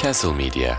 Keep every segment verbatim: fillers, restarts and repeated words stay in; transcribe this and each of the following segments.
Castle Media.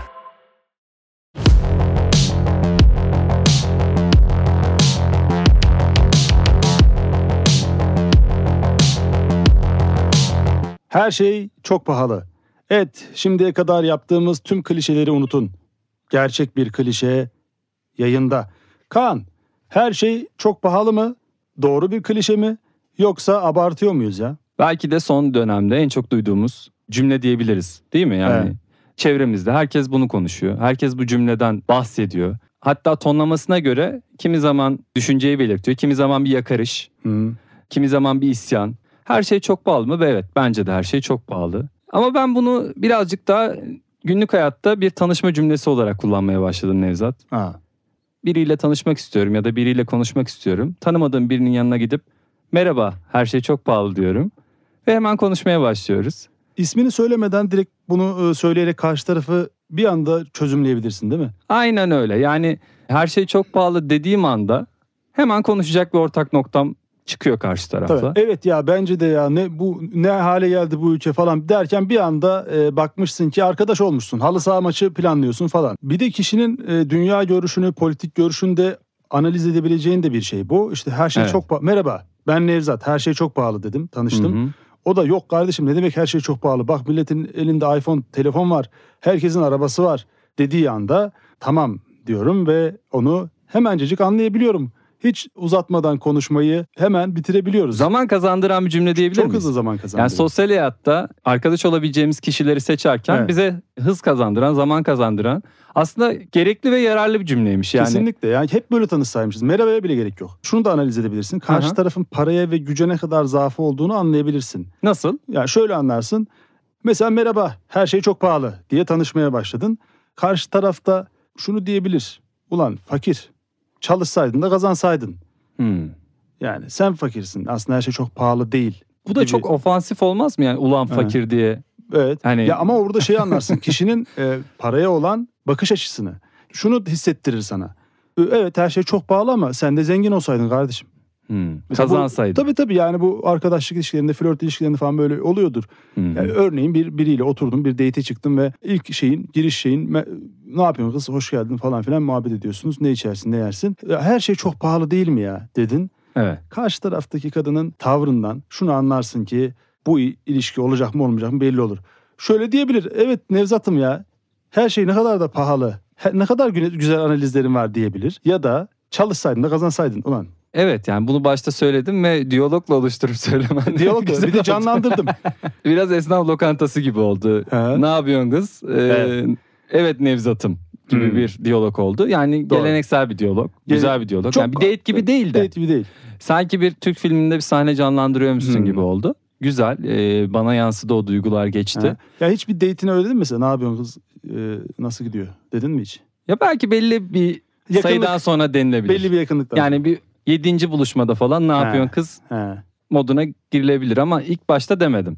Her şey çok pahalı. Evet, şimdiye kadar yaptığımız tüm klişeleri unutun. Gerçek bir klişe yayında. Kaan, her şey çok pahalı mı? Doğru bir klişe mi? Yoksa abartıyor muyuz ya? Belki de son dönemde en çok duyduğumuz cümle diyebiliriz, değil mi? Yani Evet. çevremizde herkes bunu konuşuyor. Herkes bu cümleden bahsediyor. Hatta tonlamasına göre kimi zaman düşünceyi belirtiyor, kimi zaman bir yakarış, Hı. kimi zaman bir isyan. Her şey çok pahalı mı? Evet, bence de her şey çok pahalı. Ama ben bunu birazcık daha günlük hayatta bir tanışma cümlesi olarak kullanmaya başladım Nevzat. Ha. Biriyle tanışmak istiyorum ya da biriyle konuşmak istiyorum. Tanımadığım birinin yanına gidip merhaba, her şey çok pahalı diyorum. Ve hemen konuşmaya başlıyoruz. İsmini söylemeden direkt bunu e, söyleyerek karşı tarafı bir anda çözümleyebilirsin, değil mi? Aynen öyle. Yani her şey çok pahalı dediğim anda hemen konuşacak bir ortak noktam çıkıyor karşı tarafla. Tabii. Evet ya, bence de ya ne bu ne hale geldi bu ülke falan derken bir anda e, bakmışsın ki arkadaş olmuşsun. Halı saha maçı planlıyorsun falan. Bir de kişinin e, dünya görüşünü, politik görüşünü de analiz edebileceğin de bir şey bu. İşte her şey Evet. çok pahalı. Merhaba, ben Nevzat. Her şey çok pahalı dedim. Tanıştım. Hı hı. O da yok kardeşim, ne demek her şey çok pahalı? Bak, milletin elinde iPhone, telefon var. Herkesin arabası var dediği anda tamam diyorum ve onu hemencecik anlayabiliyorum. Hiç uzatmadan konuşmayı hemen bitirebiliyoruz. Zaman kazandıran bir cümle diyebilir Çok miyiz? hızlı zaman kazandırıyor. Yani sosyal hayatta arkadaş olabileceğimiz kişileri seçerken Evet. bize hız kazandıran, zaman kazandıran aslında gerekli ve yararlı bir cümleymiş. Yani Kesinlikle. Yani hep böyle tanışsaymışız. Merhabaya bile gerek yok. Şunu da analiz edebilirsin. Karşı Aha. tarafın paraya ve güce ne kadar zaafı olduğunu anlayabilirsin. nasıl? Yani şöyle anlarsın. Mesela merhaba, her şey çok pahalı diye tanışmaya başladın. Karşı tarafta şunu diyebilir. Ulan fakir, çalışsaydın da kazansaydın. Hmm. Yani sen fakirsin. Aslında her şey çok pahalı değil. Bu da gibi. çok ofansif olmaz mı yani ulan Evet. fakir diye? Evet. Hani- Ya ama orada şeyi anlarsın. Kişinin e, paraya olan bakış açısını. Şunu hissettirir sana. E, Evet, her şey çok pahalı ama sen de zengin olsaydın kardeşim. Hmm. Mesela bu- Kazansaydın. Tabii tabii, yani bu arkadaşlık ilişkilerinde, flört ilişkilerinde falan böyle oluyordur. Hı hı. Yani örneğin bir biriyle oturdun, bir date'e çıktın ve ilk şeyin, giriş şeyin me- ne yapıyorsun kız, hoş geldin falan filan muhabbet ediyorsunuz. Ne içersin, ne yersin? Ya her şey çok pahalı değil mi ya dedin. Evet. Karşı taraftaki kadının tavrından şunu anlarsın ki bu i- ilişki olacak mı olmayacak mı belli olur. Şöyle diyebilir. Evet Nevzat'ım ya, her şey ne kadar da pahalı. He- ne kadar güne- güzel analizlerin var diyebilir. Ya da çalışsaydın da kazansaydın ulan. Evet, yani bunu başta söyledim ve diyalogla oluşturup söylemen. Diyalog da- güzel bir de oldu. canlandırdım. Biraz esnaf lokantası gibi oldu. He. Ne yapıyorsun kız? Ee, Evet. evet Nevzat'ım gibi Hmm. bir diyalog oldu. Yani Doğru. geleneksel bir diyalog. Gele- Güzel bir diyalog. Çok- Yani bir date gibi değil de. Date gibi değil. Sanki bir Türk filminde bir sahne canlandırıyormuşsun Hmm. gibi oldu. Güzel. Ee, bana yansıdı, o duygular geçti. Ha. Ya hiçbir date'ine öyle dedin mi mesela? Ne yapıyorsun kız? Ee, nasıl gidiyor? Dedin mi hiç? Ya belki belli bir Yakınlık- sayıdan sonra denilebilir. Belli bir yakınlıktan. Yani bir yedinci buluşmada falan ne He. yapıyorsun kız He. moduna girilebilir ama ilk başta demedim.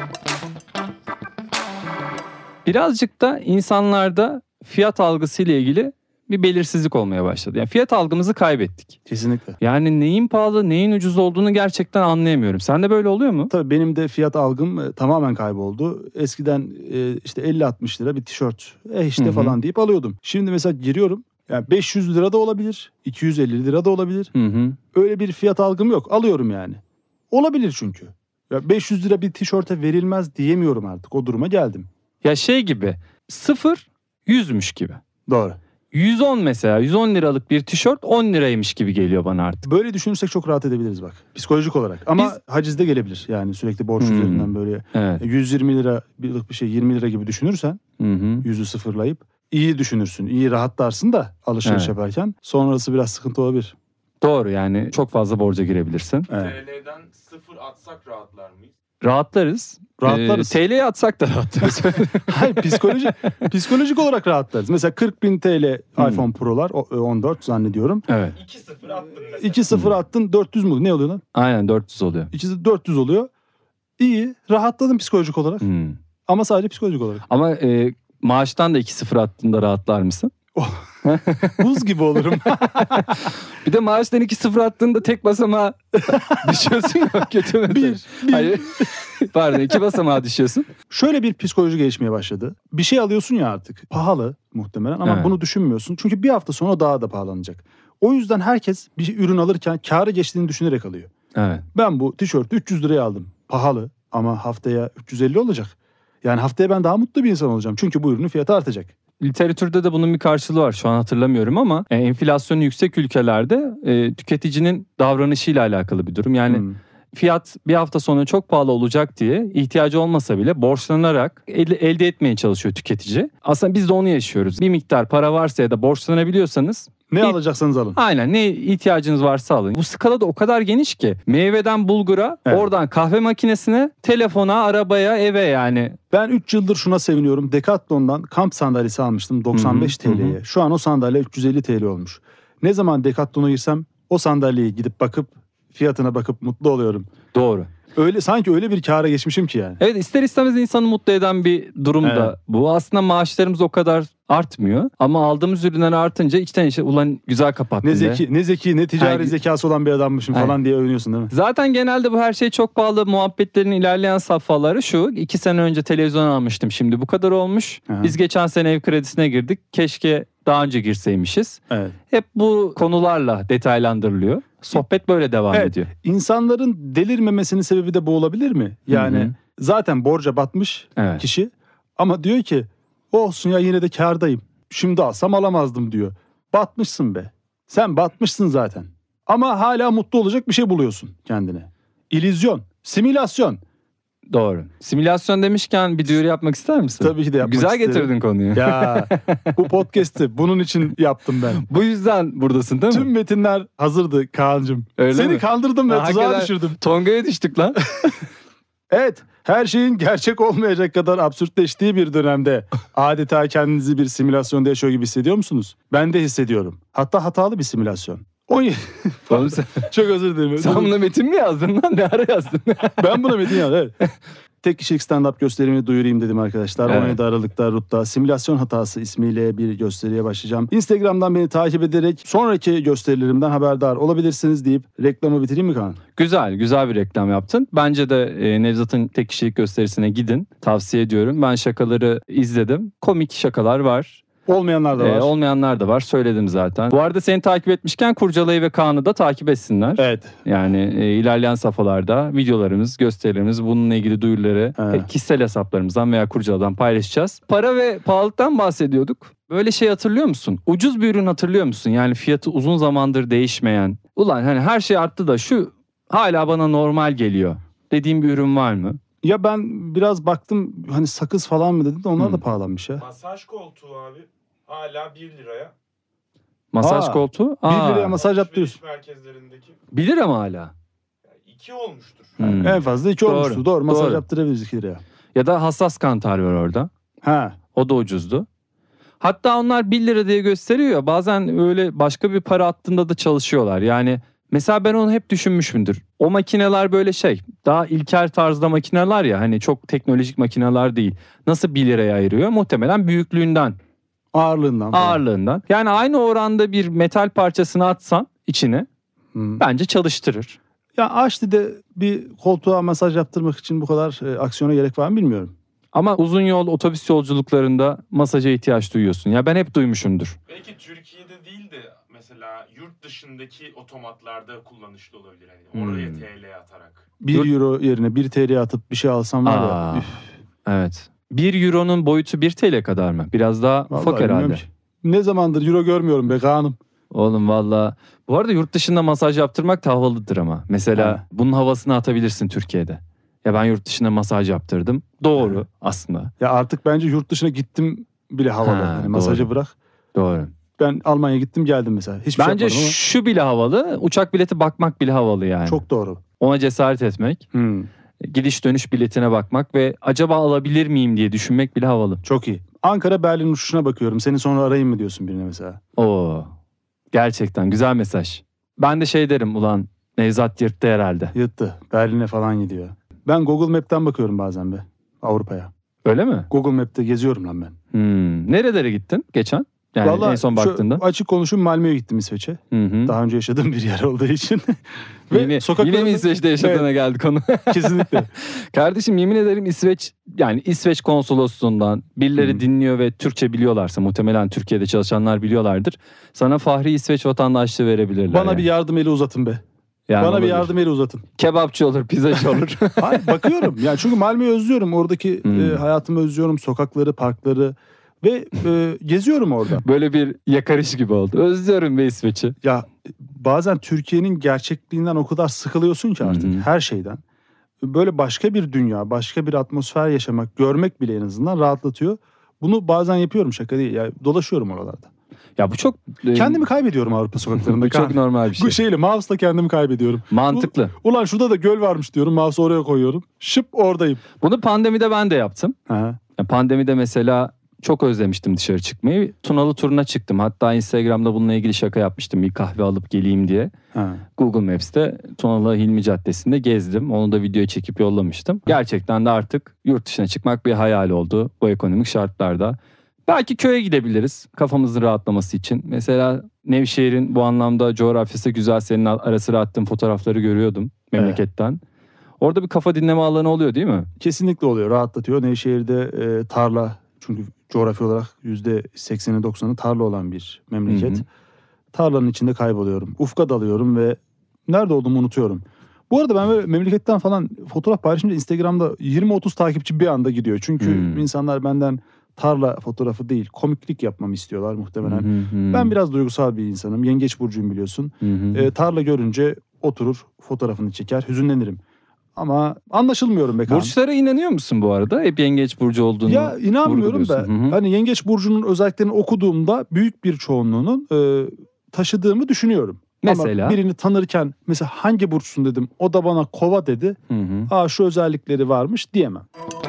Birazcık da insanlarda fiyat algısıyla ilgili bir belirsizlik olmaya başladı. Yani fiyat algımızı kaybettik. Kesinlikle. Yani neyin pahalı, neyin ucuz olduğunu gerçekten anlayamıyorum. Sende böyle oluyor mu? Tabii benim de fiyat algım e, tamamen kayboldu. Eskiden e, işte elli altmış lira bir tişört e işte Hı hı. falan deyip alıyordum. Şimdi mesela giriyorum. Yani beş yüz lira da olabilir, iki yüz elli lira da olabilir. Hı hı. Öyle bir fiyat algım yok. Alıyorum yani. Olabilir çünkü. Ya beş yüz lira bir tişörte verilmez diyemiyorum artık. O duruma geldim. Ya şey gibi, sıfır yüzmüş gibi. Doğru. yüz on mesela, yüz on liralık bir tişört on liraymış gibi geliyor bana artık. Böyle düşünürsek çok rahat edebiliriz bak. Psikolojik olarak. Ama Biz- hacizde gelebilir. Yani sürekli borç Hmm. üzerinden böyle Evet. yüz yirmi lira birlik bir şey yirmi lira gibi düşünürsen Hı hı. yüzü sıfırlayıp iyi düşünürsün. İyi rahatlarsın da alışveriş Evet. yaparken sonrası biraz sıkıntı olabilir. Doğru, yani çok fazla borca girebilirsin. Evet. T L'den sıfır atsak rahatlar mıyız? Rahatlarız. Rahatlarız. Ee, T L'ye atsak da rahatlarız. Hayır, psikolojik psikolojik olarak rahatlarız. Mesela kırk bin T L Hmm. iPhone Pro'lar o- on dört zannediyorum. Evet. iki sıfır attım mesela. iki sıfır attın dört yüz mü? Ne oluyor lan? Aynen dört yüz oluyor. İkisi dört yüz oluyor. İyi, rahatladın psikolojik olarak. Hmm. Ama sadece psikolojik olarak. Ama e, maaştan da iki sıfır attığında rahatlar mısın? Buz gibi olurum. Bir de maaştan iki sıfır attığında tek basamağa düşüyorsun ya, kötü mesela. Bir, bir. Hayır. Pardon, iki basamağa düşüyorsun. Şöyle bir psikoloji gelişmeye başladı. Bir şey alıyorsun ya artık. Pahalı muhtemelen ama Evet. bunu düşünmüyorsun. Çünkü bir hafta sonra daha da pahalanacak. O yüzden herkes bir ürün alırken kârı geçtiğini düşünerek alıyor. Evet. Ben bu tişörtü üç yüz liraya aldım. Pahalı ama haftaya üç yüz elli olacak. Yani haftaya ben daha mutlu bir insan olacağım. Çünkü bu ürünün fiyatı artacak. Literatürde de bunun bir karşılığı var. Şu an hatırlamıyorum ama e, enflasyonu yüksek ülkelerde e, tüketicinin davranışıyla alakalı bir durum. Yani Hmm. fiyat bir hafta sonra çok pahalı olacak diye ihtiyacı olmasa bile borçlanarak elde, elde etmeye çalışıyor tüketici. Aslında biz de onu yaşıyoruz. Bir miktar para varsa ya da borçlanabiliyorsanız Ne İ- alacaksanız alın. aynen ne ihtiyacınız varsa alın. Bu skala da o kadar geniş ki meyveden bulgura, Evet. oradan kahve makinesine, telefona, arabaya, eve yani. Ben üç yıldır şuna seviniyorum. Decathlon'dan kamp sandalyesi almıştım doksan beş Hı hı, T L'ye. Şu an o sandalye üç yüz elli T L olmuş. Ne zaman Decathlon'a girsem o sandalyeyi gidip bakıp fiyatına bakıp mutlu oluyorum. Doğru. Öyle sanki öyle bir kâra geçmişim ki yani. Evet, ister istemez insanı mutlu eden bir durum da Evet. bu. Aslında maaşlarımız o kadar artmıyor ama aldığımız ürünler artınca içten içe ulan güzel kapattın Ne be. zeki, ne zeki, ne ticari Ay- zekası olan bir adammışım Ay- falan diye övünüyorsun değil mi? Zaten genelde bu her şey çok pahalı muhabbetlerin ilerleyen safhaları şu. iki sene önce televizyon almıştım, şimdi bu kadar olmuş. Aha. Biz geçen sene ev kredisine girdik. Keşke daha önce girseymişiz. Evet. Hep bu konularla detaylandırılıyor. Sohbet böyle devam Evet. ediyor. İnsanların delirmemesinin sebebi de bu olabilir mi? Yani Hı hı. zaten borca batmış Evet. kişi ama diyor ki olsun ya yine de kârdayım. Şimdi alsam alamazdım diyor. Batmışsın be. Sen batmışsın zaten. Ama hala mutlu olacak bir şey buluyorsun kendine. İllüzyon, simülasyon. Doğru. Simülasyon demişken bir duyuru yapmak ister misin? Tabii ki de yapmak Güzel isterim. getirdin konuyu. Ya bu podcast'i bunun için yaptım ben. Bu yüzden buradasın değil mi? Tüm metinler hazırdı Kaan'cığım. Öyle Seni mi? kandırdım ve Ha, tuzağa hakikaten. düşürdüm. Tonga'ya düştük lan. Evet, her şeyin gerçek olmayacak kadar absürtleştiği bir dönemde adeta kendinizi bir simülasyonda yaşıyor gibi hissediyor musunuz? Ben de hissediyorum. Hatta hatalı bir simülasyon. on yedi Oğlum sen, Çok özür dilerim. sen buna metin mi yazdın lan? Ne ara yazdın? Ben buna metin yazdım, evet. Tek kişilik stand-up gösterimini duyurayım dedim arkadaşlar. Evet. on yedi Aralık'ta RUT'ta Simülasyon Hatası ismiyle bir gösteriye başlayacağım. Instagram'dan beni takip ederek sonraki gösterilerimden haberdar olabilirsiniz deyip reklamı bitireyim mi Kaan? Güzel, güzel bir reklam yaptın. Bence de e, Nevzat'ın tek kişilik gösterisine gidin. Tavsiye ediyorum. Ben şakaları izledim. Komik şakalar var. Olmayanlar da var. E, olmayanlar da var. Söyledim zaten. Bu arada seni takip etmişken Kurcalay'ı ve Kaan'ı da takip etsinler. Evet. Yani e, ilerleyen safhalarda videolarımız, gösterilerimiz, bununla ilgili duyuruları Evet. e, kişisel hesaplarımızdan veya Kurcala'dan paylaşacağız. Para ve pahalılıktan bahsediyorduk. Böyle şey hatırlıyor musun? Ucuz bir ürün hatırlıyor musun? Yani fiyatı uzun zamandır değişmeyen. Ulan hani her şey arttı da şu hala bana normal geliyor dediğim bir ürün var mı? Ya ben biraz baktım hani sakız falan mı dedim de onlar da Hmm. pahalanmış ya. Masaj koltuğu abi hala bir liraya. Masaj Aa, koltuğu? bir Aa, liraya masaj yaptırıyorsun. Alışveriş merkezlerindeki bir lira mı hala? yani iki olmuştur. Hmm. En fazla iki Doğru, olmuştu. Doğru. Masaj doğru. yaptırabiliriz iki liraya. Ya da hassas kantar var orada. Ha. O da ucuzdu. Hatta onlar bir lira diye gösteriyor ya, bazen öyle başka bir para attığında da çalışıyorlar. Yani mesela ben onu hep düşünmüşümdür. O makineler böyle şey, daha ilkel tarzda makineler ya, hani çok teknolojik makineler değil. Nasıl bir liraya ayırıyor? Muhtemelen büyüklüğünden, Ağırlığından falan. ağırlığından. Yani aynı oranda bir metal parçasını atsan içine Hı. bence çalıştırır. Ya Aşti'de bir koltuğa masaj yaptırmak için bu kadar e, aksiyona gerek var mı bilmiyorum. Ama uzun yol otobüs yolculuklarında masaja ihtiyaç duyuyorsun. Ya ben hep duymuşumdur. Belki Türkiye'de değil de mesela yurt dışındaki otomatlarda kullanışlı olabilir. Hani oraya Hmm. T L atarak. bir Dur. euro yerine bir T L atıp bir şey alsam var ya. Aa, üf, evet. bir euronun boyutu bir T L kadar mı? Biraz daha vallahi ufak bilmiyorum herhalde. ki. Ne zamandır euro görmüyorum be Kaan'ım. Oğlum valla. Bu arada yurt dışında masaj yaptırmak da havalıdır ama. Mesela Ha. bunun havasını atabilirsin Türkiye'de. Ya ben yurt dışında masaj yaptırdım. Doğru aslında. Ya artık bence yurt dışına gittim bile havalı. Ha, Hani masajı doğru. bırak. Doğru. Ben Almanya'ya gittim geldim mesela. Hiçbir Bence şey yapmadım şu bile havalı. Uçak bileti bakmak bile havalı yani. ama çok doğru. Ona cesaret etmek. Hmm, Gidiş dönüş biletine bakmak ve acaba alabilir miyim diye düşünmek bile havalı. çok iyi. Ankara Berlin uçuşuna bakıyorum. Seni sonra arayayım mı diyorsun birine mesela. Oo. Gerçekten güzel mesaj. Ben de şey derim, ulan Nevzat yırttı herhalde. Yıttı. Berlin'e falan gidiyor. Ben Google Map'ten bakıyorum bazen be. Avrupa'ya. Öyle mi? Google Map'te geziyorum lan ben. Hmm. Nerelere gittin geçen? Yani Vallahi en son şu baktığında. açık konuşayım, Malmö'ye gittim, İsveç'e. Hı hı. Daha önce yaşadığım bir yer olduğu için. Ve Yine, sokaklarında... yine mi İsveç'te yaşadığına Evet, geldi konu? kesinlikle. Kardeşim yemin ederim İsveç, yani İsveç konsolosluğundan birileri Hı. dinliyor ve Türkçe biliyorlarsa, muhtemelen Türkiye'de çalışanlar biliyorlardır. Sana Fahri İsveç vatandaşlığı verebilirler. Bana yani. bir yardım eli uzatın be. Yani Bana olabilir. bir yardım eli uzatın. Kebapçı olur, pizzacı olur. Hayır, bakıyorum. Yani çünkü Malmö'yü özlüyorum. Oradaki Hmm. e, hayatımı özlüyorum. Sokakları, parkları ve e, geziyorum orada. Böyle bir yakarış gibi oldu. Özlüyorum be İsveç'i. Ya bazen Türkiye'nin gerçekliğinden o kadar sıkılıyorsun ki artık, Hı hı. her şeyden. Böyle başka bir dünya, başka bir atmosfer yaşamak, görmek bile en azından rahatlatıyor. Bunu bazen yapıyorum, şaka değil. Yani dolaşıyorum oralarda. Ya bu çok... e, Kendimi kaybediyorum Avrupa sokaklarında. bu çok normal bir şey. Bu şeyle, mouse'la kendimi kaybediyorum. Mantıklı. Ulan şurada da göl varmış diyorum. Mouse'u oraya koyuyorum. Şıp, oradayım. Bunu pandemide ben de yaptım. Ha. Yani pandemide mesela çok özlemiştim dışarı çıkmayı. Tunalı turuna çıktım. Hatta Instagram'da bununla ilgili şaka yapmıştım. Bir kahve alıp geleyim diye. Ha. Google Maps'te Tunalı Hilmi Caddesi'nde gezdim. Onu da videoya çekip yollamıştım. Gerçekten de artık yurt dışına çıkmak bir hayal oldu bu ekonomik şartlarda. Belki köye gidebiliriz kafamızın rahatlaması için. Mesela Nevşehir'in bu anlamda coğrafyası güzel. Senin ara sıra attığın fotoğrafları görüyordum memleketten. Orada bir kafa dinleme alanı oluyor değil mi? Kesinlikle oluyor. Rahatlatıyor. Nevşehir'de e, tarla, çünkü coğrafi olarak yüzde sekseni doksanı tarla olan bir memleket. Hı hı. Tarlanın içinde kayboluyorum. Ufka dalıyorum ve nerede olduğumu unutuyorum. Bu arada ben böyle memleketten falan fotoğraf paylaşınca Instagram'da yirmi otuz takipçi bir anda gidiyor. Çünkü Hmm. insanlar benden tarla fotoğrafı değil, komiklik yapmamı istiyorlar muhtemelen. Hı hı. Ben biraz duygusal bir insanım. Yengeç burcuyum biliyorsun. Hı hı. E, tarla görünce oturur, fotoğrafını çeker, hüzünlenirim. Ama anlaşılmıyorum be Kaan. Burçlara inanıyor musun bu arada? Hep yengeç burcu olduğunu Ya inanmıyorum da vurguluyorsun. Hı hı. hani yengeç burcunun özelliklerini okuduğumda büyük bir çoğunluğunun e, taşıdığımı düşünüyorum. Mesela? Ama birini tanırken mesela hangi burçsun dedim, o da bana kova dedi. Hı hı. Aa, şu özellikleri varmış diyemem.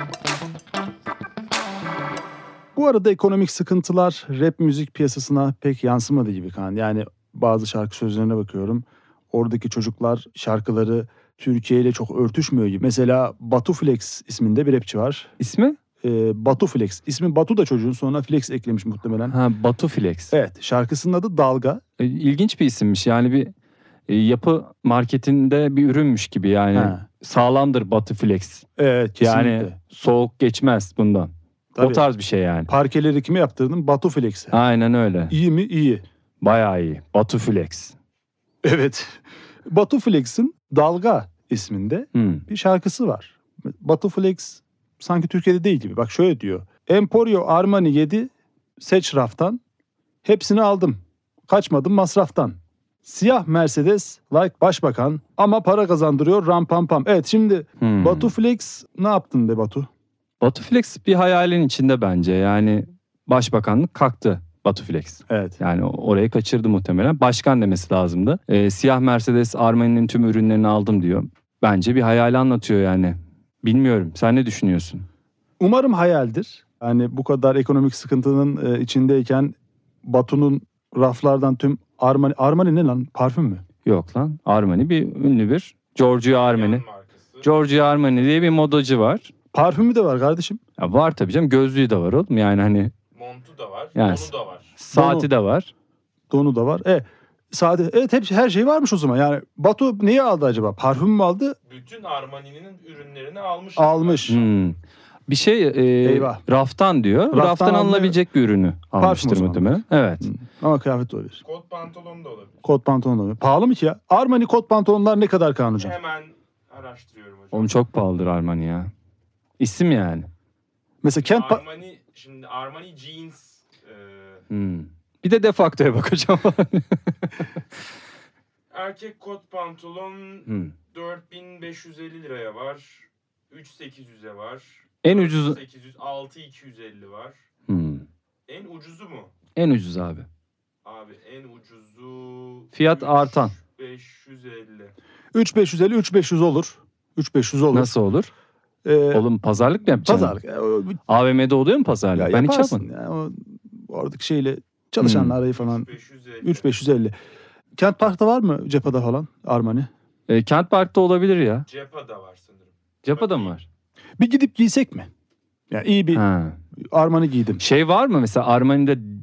Bu arada ekonomik sıkıntılar rap müzik piyasasına pek yansımadı gibi Kaan. Yani bazı şarkı sözlerine bakıyorum. Oradaki çocuklar şarkıları Türkiye ile çok örtüşmüyor gibi. Mesela Batu Flex isminde bir rapçi var. İsmi? Ee, Batu Flex. İsmi Batu da çocuğun, sonra Flex eklemiş muhtemelen. Ha, Batu Flex. Evet, şarkısının adı Dalga. E, İlginç bir isimmiş. Yani bir e, yapı marketinde bir ürünmüş gibi yani. Ha. Sağlamdır Batu Flex. Evet, kesinlikle. Yani soğuk geçmez bundan. Tabii. O tarz bir şey yani. Parkeleri kime yaptırdın? Batu Flex'e. Aynen öyle. İyi mi? İyi. Bayağı iyi. Batu Flex. Evet. Batu Flex'in Dalga isminde Hmm. bir şarkısı var. Batu Flex sanki Türkiye'de değil gibi. Bak şöyle diyor. Emporio Armani yedi, seç raftan. Hepsini aldım. Kaçmadım masraftan. Siyah Mercedes like başbakan ama para kazandırıyor ram pam pam. Evet, şimdi Hmm. Batu Flex ne yaptın be Batu? Batu Flex bir hayalin içinde bence. Yani başbakanlık kalktı Batu Flex. Evet. Yani orayı kaçırdı muhtemelen. Başkan demesi lazımdı. Ee, siyah Mercedes Armani'nin tüm ürünlerini aldım diyor. Bence bir hayali anlatıyor yani. Bilmiyorum. Sen ne düşünüyorsun? Umarım hayaldir. Yani bu kadar ekonomik sıkıntının e, içindeyken Batu'nun raflardan tüm Armani... Armani ne lan? Parfüm mü? Yok lan. Armani bir ünlü bir. Giorgio Armani. Yan markası. Giorgio Armani diye bir modacı var. Parfümü de var kardeşim. Ya var tabii canım. Gözlüğü de var oğlum. Yani hani Montu da var. Yani- Donu da var. saati de var. Donu da var. E, saati, evet, hepsi, her şey varmış o zaman. Yani Batu neyi aldı acaba? Parfüm mü aldı? Bütün Armani'nin ürünlerini almış. Almış. Hmm. Bir şey e, Eyvah. raftan diyor. Raftan, Raftan alınabilecek bir ürünü almıştır o zaman. muhtemelen. Evet. Hı. Ama kıyafet de olabilir. Kot pantolon da olabilir. Kot pantolon da olabilir. Pahalı mı ki ya? Armani kot pantolonlar ne kadar Kaan hocam? Hemen araştırıyorum hocam. Oğlum çok pahalıdır Armani ya. İsim yani. Mesela Kent pa- Armani, şimdi Armani jeans e, Hmm. Bir de defaktoya bakacağım. erkek kot pantolon Hmm. dört bin beş yüz elli liraya var. üç bin sekiz yüze var. En ucuzu. sekiz yüz, altı bin iki yüz elli var. Hmm. En ucuzu mu? En ucuz abi. Abi en ucuzu Fiyat artan. üç bin beş yüz elli. üç bin beş yüz elli, üç bin beş yüz olur. üç bin beş yüz olur. Nasıl olur? Ee, Oğlum pazarlık mı yapacaksın? Pazarlık. Ya, o- A V M'de oluyor mu pazarlık? ya Ben hiç yaparsın yapmadım. ya. O, oradaki şeyle çalışanları falan. üç bin beş yüz elli. üç bin beş yüz elli. Kent Park'ta var mı Cepa'da falan Armani? E, Kent Park'ta olabilir ya. Cepa'da var sanırım. Cepa'da mı var? Bir gidip giysek mi? Yani iyi bir Ha. Armani giydim. Şey var mı mesela Armani'de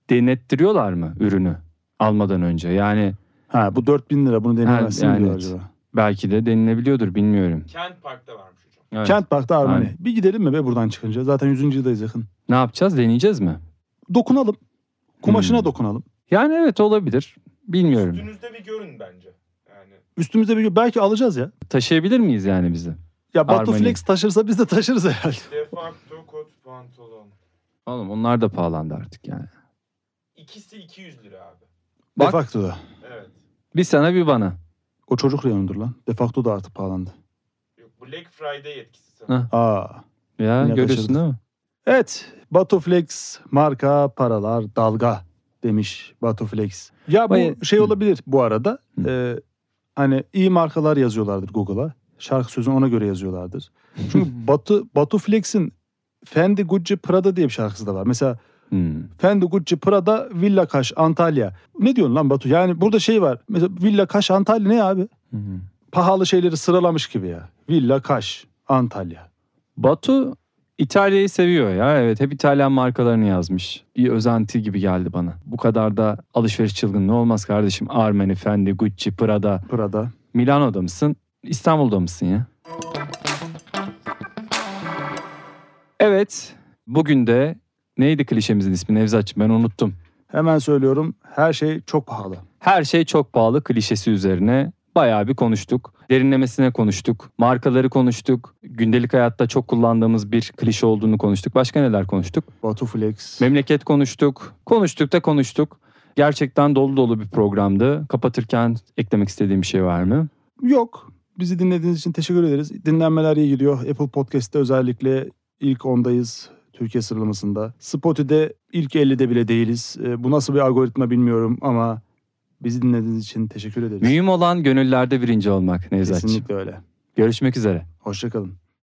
denettiriyorlar mı ürünü almadan önce? Yani Ha bu dört bin lira bunu deneyemezsin Ha, yani diyor evet. acaba. belki de denilebiliyordur, bilmiyorum. Kent Park'ta varmış hocam. Evet. Kent Park'ta Armani. Aynen. Bir gidelim mi be buradan çıkınca? Zaten yüzüncü yıldayız yakın. Ne yapacağız? Deneyeceğiz mi? Dokunalım. Kumaşına Hmm. dokunalım. Yani evet, olabilir. Bilmiyorum. Üstünüzde bir görün bence. Yani Üstümüzde bir belki alacağız ya. Taşıyabilir miyiz yani bizi? Ya Batu Armani. Flex taşırsa biz de taşırız herhalde. defakto kot pantolon. Oğlum onlar da pahalandı artık yani. İkisi iki yüz lira abi. Bak. Defakto da. Evet. Bir sana bir bana. O çocuk reyonudur lan. Defakto da artık pahalandı. Yok, Black Friday etkisi sanırım. Heh. Aa. Ya Yine görüyorsun kaçırdık. değil mi? Evet. Batu Flex marka paralar dalga demiş Batu Flex. Ya bu Vay- şey Hı. olabilir bu arada. Hı. Ee, hani iyi markalar yazıyorlardır Google'a. Şarkı sözünü ona göre yazıyorlardır. Çünkü Batu Batu Flex'in Fendi, Gucci, Prada diye bir şarkısı da var. Mesela Hmm. Fendi, Gucci, Prada, Villa Kaş, Antalya. Ne diyorsun lan Batu? Yani burada şey var. Mesela Villa Kaş, Antalya ne abi? Hı hı. Pahalı şeyleri sıralamış gibi ya. Villa Kaş, Antalya. Batu İtalya'yı seviyor ya. Evet, hep İtalyan markalarını yazmış. Bir özenti gibi geldi bana. Bu kadar da alışveriş çılgınlığı olmaz kardeşim. Armani, Fendi, Gucci, Prada. Prada. Milano'da mısın? İstanbul'da mısın ya? Evet. Bugün de neydi klişemizin ismi Nevzatçığım, ben unuttum. Hemen söylüyorum. Her şey çok pahalı. Her şey çok pahalı klişesi üzerine bayağı bir konuştuk. Derinlemesine konuştuk. Markaları konuştuk. Gündelik hayatta çok kullandığımız bir klişe olduğunu konuştuk. Başka neler konuştuk? Batu Flex. Memleket konuştuk. Konuştuk da konuştuk. Gerçekten dolu dolu bir programdı. Kapatırken eklemek istediğim bir şey var mı? Yok. Bizi dinlediğiniz için teşekkür ederiz. Dinlenmeler iyi gidiyor. Apple Podcast'te özellikle ilk ondayız. Türkiye sıralamasında. Spotify'de ilk ellide bile değiliz. Ee, bu nasıl bir algoritma bilmiyorum ama bizi dinlediğiniz için teşekkür ederiz. Mühim olan gönüllerde birinci olmak Nevzatçığım. Kesinlikle öyle. Görüşmek üzere. Hoşça kalın.